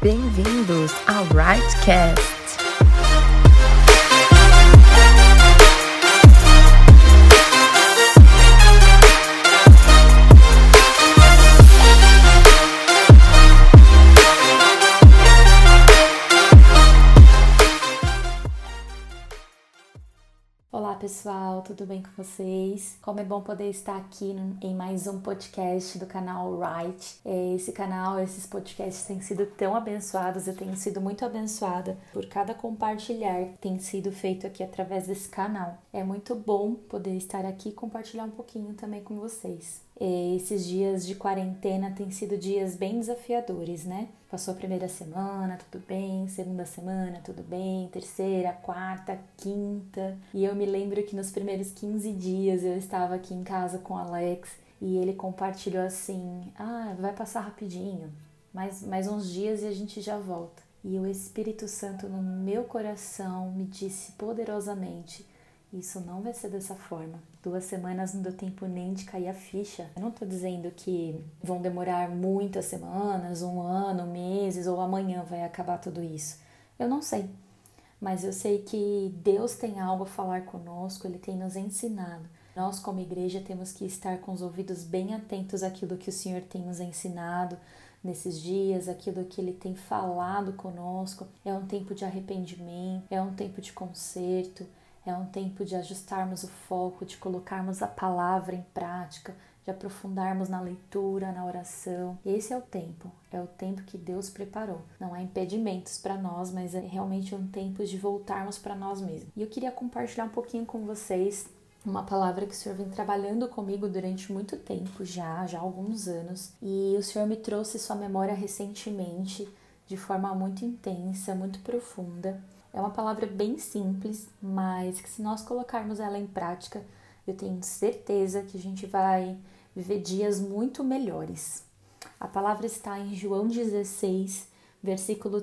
Bem-vindos ao Rightcast. Olá pessoal, tudo bem com vocês? Como é bom poder estar aqui em mais um podcast do canal Right. Esse canal, esses podcasts têm sido tão abençoados, eu tenho sido muito abençoada por cada compartilhar que tem sido feito aqui através desse canal. É muito bom poder estar aqui e compartilhar um pouquinho também com vocês. Esses dias de quarentena têm sido dias bem desafiadores, né? Passou a primeira semana, tudo bem, segunda semana, tudo bem, terceira, quarta, quinta. E eu me lembro que nos primeiros 15 dias eu estava aqui em casa com o Alex e ele compartilhou assim, vai passar rapidinho, mais uns dias e a gente já volta. E o Espírito Santo no meu coração me disse poderosamente, isso não vai ser dessa forma. 2 semanas não deu tempo nem de cair a ficha. Eu não tô dizendo que vão demorar muitas semanas, 1 ano, meses ou amanhã vai acabar tudo isso. Eu não sei. Mas eu sei que Deus tem algo a falar conosco, Ele tem nos ensinado. Nós como igreja temos que estar com os ouvidos bem atentos àquilo que o Senhor tem nos ensinado nesses dias, aquilo que Ele tem falado conosco. É um tempo de arrependimento, é um tempo de conserto, é um tempo de ajustarmos o foco, de colocarmos a palavra em prática, de aprofundarmos na leitura, na oração. Esse é o tempo que Deus preparou. Não há impedimentos para nós, mas é realmente um tempo de voltarmos para nós mesmos. E eu queria compartilhar um pouquinho com vocês uma palavra que o Senhor vem trabalhando comigo durante muito tempo já há alguns anos. E o Senhor me trouxe sua memória recentemente, de forma muito intensa, muito profunda. É uma palavra bem simples, mas que se nós colocarmos ela em prática, eu tenho certeza que a gente vai viver dias muito melhores. A palavra está em João 16, versículo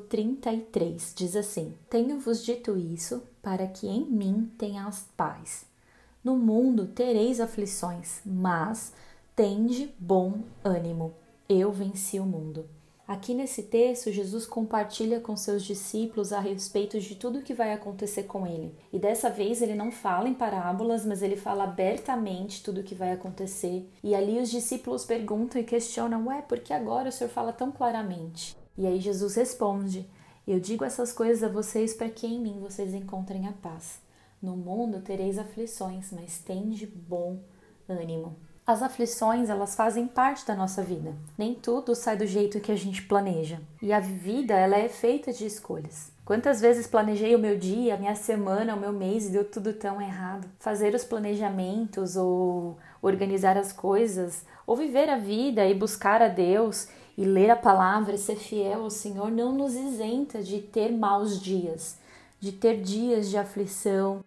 33, diz assim: Tenho-vos dito isso para que em mim tenhas paz. No mundo tereis aflições, mas tende bom ânimo. Eu venci o mundo. Aqui nesse texto, Jesus compartilha com seus discípulos a respeito de tudo o que vai acontecer com ele. E dessa vez ele não fala em parábolas, mas ele fala abertamente tudo o que vai acontecer. E ali os discípulos perguntam e questionam, por que agora o Senhor fala tão claramente? E aí Jesus responde, eu digo essas coisas a vocês para que em mim vocês encontrem a paz. No mundo tereis aflições, mas tende bom ânimo. As aflições, elas fazem parte da nossa vida. Nem tudo sai do jeito que a gente planeja. E a vida, ela é feita de escolhas. Quantas vezes planejei o meu dia, a minha semana, o meu mês e deu tudo tão errado? Fazer os planejamentos ou organizar as coisas, ou viver a vida e buscar a Deus e ler a palavra e ser fiel ao Senhor não nos isenta de ter maus dias, de ter dias de aflição,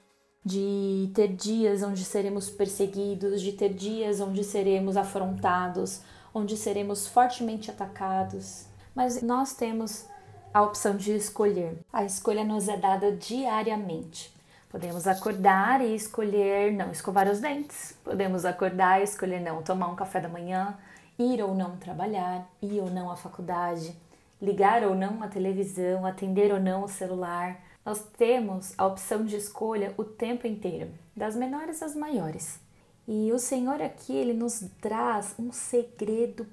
de ter dias onde seremos perseguidos, de ter dias onde seremos afrontados, onde seremos fortemente atacados. Mas nós temos a opção de escolher. A escolha nos é dada diariamente. Podemos acordar e escolher não escovar os dentes. Podemos acordar e escolher não tomar um café da manhã, ir ou não trabalhar, ir ou não à faculdade, ligar ou não a televisão, atender ou não o celular. Nós temos a opção de escolha o tempo inteiro, das menores às maiores. E o Senhor aqui, Ele nos traz um segredo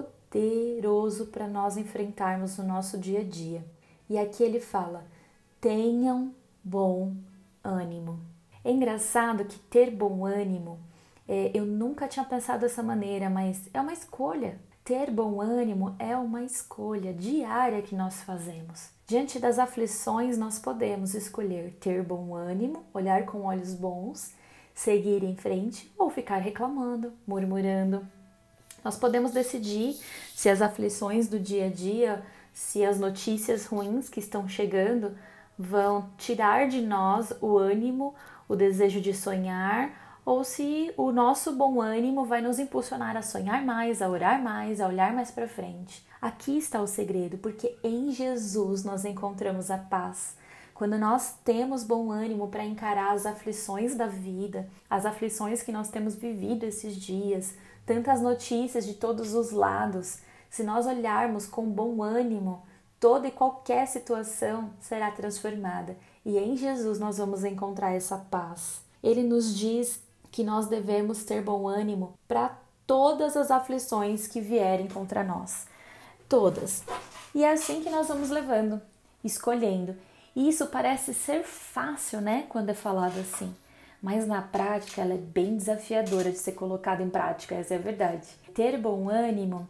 poderoso para nós enfrentarmos no nosso dia a dia. E aqui Ele fala, tenham bom ânimo. É engraçado que ter bom ânimo, eu nunca tinha pensado dessa maneira, mas é uma escolha. Ter bom ânimo é uma escolha diária que nós fazemos. Diante das aflições, nós podemos escolher ter bom ânimo, olhar com olhos bons, seguir em frente ou ficar reclamando, murmurando. Nós podemos decidir se as aflições do dia a dia, se as notícias ruins que estão chegando vão tirar de nós o ânimo, o desejo de sonhar, ou se o nosso bom ânimo vai nos impulsionar a sonhar mais, a orar mais, a olhar mais para frente. Aqui está o segredo, porque em Jesus nós encontramos a paz. Quando nós temos bom ânimo para encarar as aflições da vida, as aflições que nós temos vivido esses dias, tantas notícias de todos os lados, se nós olharmos com bom ânimo, toda e qualquer situação será transformada. E em Jesus nós vamos encontrar essa paz. Ele nos diz que nós devemos ter bom ânimo para todas as aflições que vierem contra nós. Todas. E é assim que nós vamos levando, escolhendo. E isso parece ser fácil, né, quando é falado assim. Mas na prática ela é bem desafiadora de ser colocada em prática, essa é a verdade. Ter bom ânimo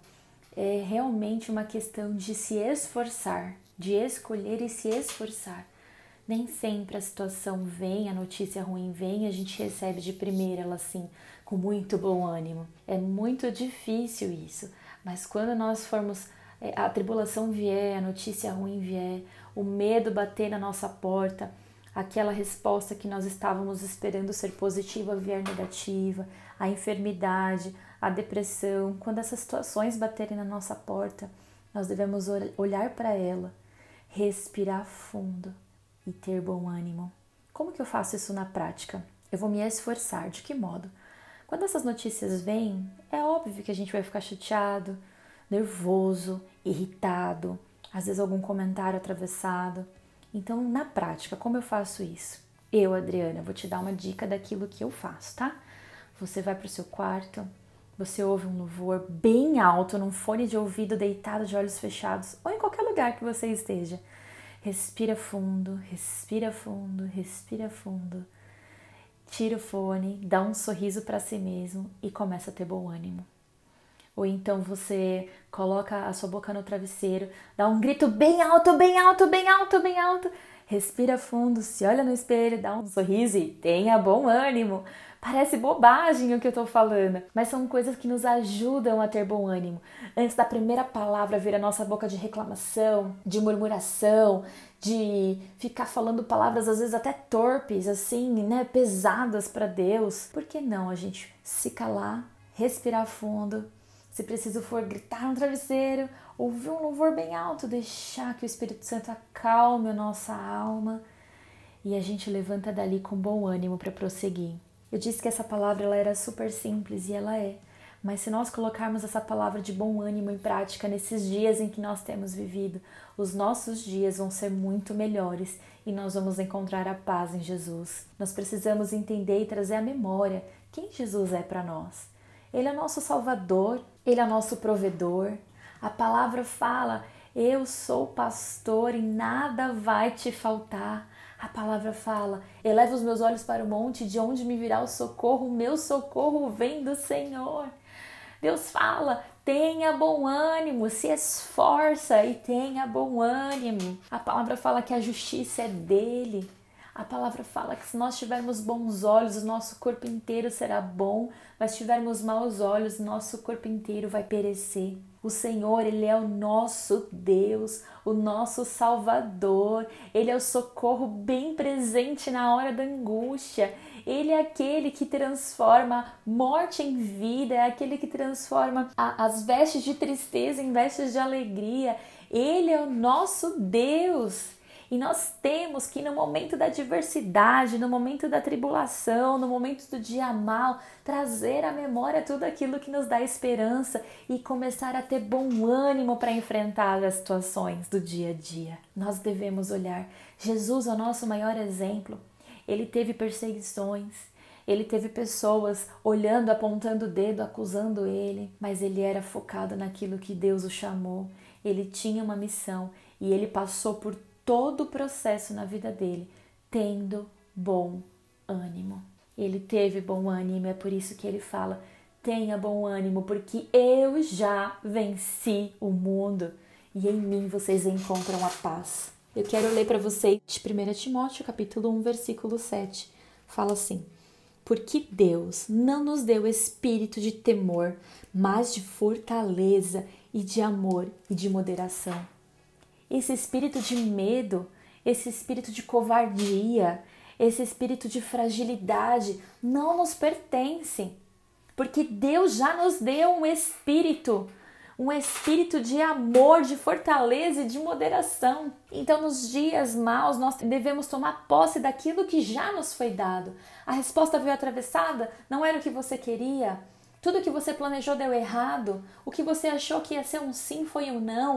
é realmente uma questão de se esforçar, de escolher e se esforçar. Nem sempre a situação vem, a notícia ruim vem, a gente recebe de primeira ela assim, com muito bom ânimo. É muito difícil isso, mas quando nós formos, a tribulação vier, a notícia ruim vier, o medo bater na nossa porta, aquela resposta que nós estávamos esperando ser positiva vier negativa, a enfermidade, a depressão, quando essas situações baterem na nossa porta, nós devemos olhar para ela, respirar fundo e ter bom ânimo. Como que eu faço isso na prática? Eu vou me esforçar. De que modo? Quando essas notícias vêm, é óbvio que a gente vai ficar chateado, nervoso, irritado, às vezes algum comentário atravessado. Então, na prática, como eu faço isso? Eu, Adriana, vou te dar uma dica daquilo que eu faço, tá? Você vai para o seu quarto, você ouve um louvor bem alto, num fone de ouvido, deitado de olhos fechados, ou em qualquer lugar que você esteja. Respira fundo, respira fundo, respira fundo. Tira o fone, dá um sorriso para si mesmo e começa a ter bom ânimo. Ou então você coloca a sua boca no travesseiro, dá um grito bem alto, bem alto, bem alto, bem alto. Respira fundo, se olha no espelho, dá um sorriso e tenha bom ânimo. Parece bobagem o que eu tô falando, mas são coisas que nos ajudam a ter bom ânimo. Antes da primeira palavra vir a nossa boca de reclamação, de murmuração, de ficar falando palavras às vezes até torpes, assim, né, pesadas para Deus. Por que não a gente se calar, respirar fundo? Se preciso for gritar no travesseiro, ouvir um louvor bem alto, deixar que o Espírito Santo acalme a nossa alma e a gente levanta dali com bom ânimo para prosseguir. Eu disse que essa palavra ela era super simples e ela é, mas se nós colocarmos essa palavra de bom ânimo em prática nesses dias em que nós temos vivido, os nossos dias vão ser muito melhores e nós vamos encontrar a paz em Jesus. Nós precisamos entender e trazer à memória quem Jesus é para nós. Ele é nosso Salvador, Ele é nosso provedor. A palavra fala, eu sou pastor e nada vai te faltar. A palavra fala, eleva os meus olhos para o monte, de onde me virá o meu socorro vem do Senhor. Deus fala, tenha bom ânimo, se esforça e tenha bom ânimo. A palavra fala que a justiça é dele. A palavra fala que se nós tivermos bons olhos, o nosso corpo inteiro será bom, mas se tivermos maus olhos, o nosso corpo inteiro vai perecer. O Senhor, Ele é o nosso Deus, o nosso Salvador. Ele é o socorro bem presente na hora da angústia. Ele é aquele que transforma morte em vida, é aquele que transforma as vestes de tristeza em vestes de alegria. Ele é o nosso Deus. E nós temos que no momento da adversidade, no momento da tribulação, no momento do dia mal, trazer à memória tudo aquilo que nos dá esperança e começar a ter bom ânimo para enfrentar as situações do dia a dia. Nós devemos olhar. Jesus é o nosso maior exemplo. Ele teve perseguições, ele teve pessoas olhando, apontando o dedo, acusando ele, mas ele era focado naquilo que Deus o chamou. Ele tinha uma missão e ele passou por todo o processo na vida dele, tendo bom ânimo. Ele teve bom ânimo, é por isso que ele fala, tenha bom ânimo, porque eu já venci o mundo e em mim vocês encontram a paz. Eu quero ler para vocês de 1 Timóteo, capítulo 1, versículo 7. Fala assim, porque Deus não nos deu espírito de temor, mas de fortaleza e de amor e de moderação. Esse espírito de medo, esse espírito de covardia, esse espírito de fragilidade não nos pertence, porque Deus já nos deu um espírito de amor, de fortaleza e de moderação. Então, nos dias maus, nós devemos tomar posse daquilo que já nos foi dado. A resposta veio atravessada, não era o que você queria, tudo que você planejou deu errado, o que você achou que ia ser um sim foi um não.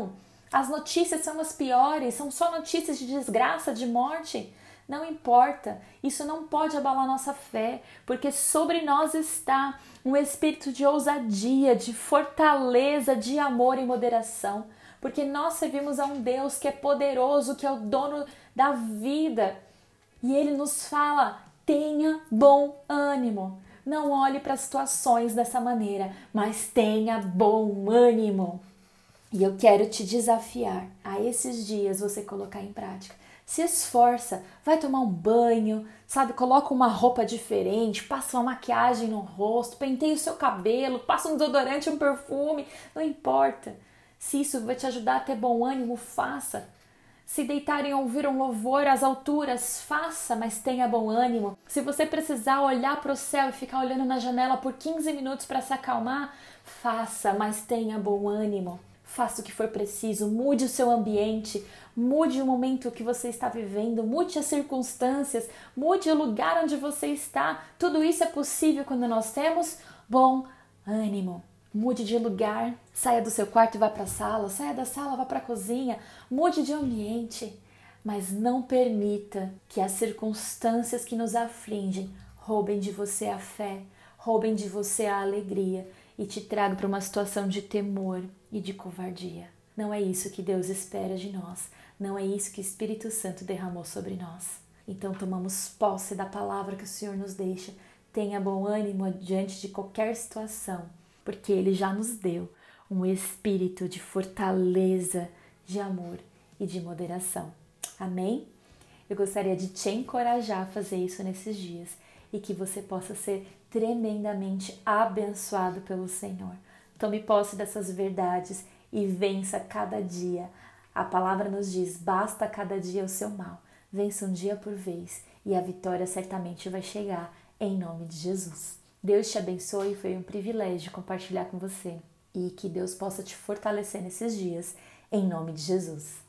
As notícias são as piores, são só notícias de desgraça, de morte. Não importa, isso não pode abalar nossa fé, porque sobre nós está um espírito de ousadia, de fortaleza, de amor e moderação, porque nós servimos a um Deus que é poderoso, que é o dono da vida, e Ele nos fala: tenha bom ânimo, não olhe para as situações dessa maneira, mas tenha bom ânimo. E eu quero te desafiar a esses dias você colocar em prática. Se esforça, vai tomar um banho, sabe? Coloca uma roupa diferente, passa uma maquiagem no rosto, penteia o seu cabelo, passa um desodorante, um perfume, não importa. Se isso vai te ajudar a ter bom ânimo, faça. Se deitar e ouvir um louvor às alturas, faça, mas tenha bom ânimo. Se você precisar olhar para o céu e ficar olhando na janela por 15 minutos para se acalmar, faça, mas tenha bom ânimo. Faça o que for preciso, mude o seu ambiente, mude o momento que você está vivendo, mude as circunstâncias, mude o lugar onde você está. Tudo isso é possível quando nós temos bom ânimo. Mude de lugar, saia do seu quarto e vá para a sala, saia da sala, vá para a cozinha, mude de ambiente, mas não permita que as circunstâncias que nos afligem roubem de você a fé, roubem de você a alegria e te tragam para uma situação de temor e de covardia. Não é isso que Deus espera de nós, não é isso que o Espírito Santo derramou sobre nós. Então tomamos posse da palavra que o Senhor nos deixa, tenha bom ânimo diante de qualquer situação, porque Ele já nos deu um espírito de fortaleza, de amor e de moderação. Amém? Eu gostaria de te encorajar a fazer isso nesses dias e que você possa ser tremendamente abençoado pelo Senhor. Tome posse dessas verdades e vença cada dia. A palavra nos diz: basta cada dia o seu mal. Vença um dia por vez e a vitória certamente vai chegar em nome de Jesus. Deus te abençoe, foi um privilégio compartilhar com você e que Deus possa te fortalecer nesses dias, em nome de Jesus.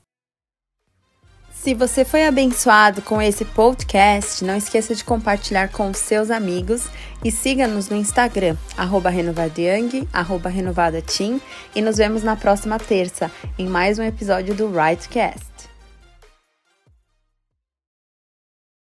Se você foi abençoado com esse podcast, não esqueça de compartilhar com os seus amigos e siga-nos no Instagram, @renovadayang, @renovadateam, e nos vemos na próxima terça em mais um episódio do RightCast.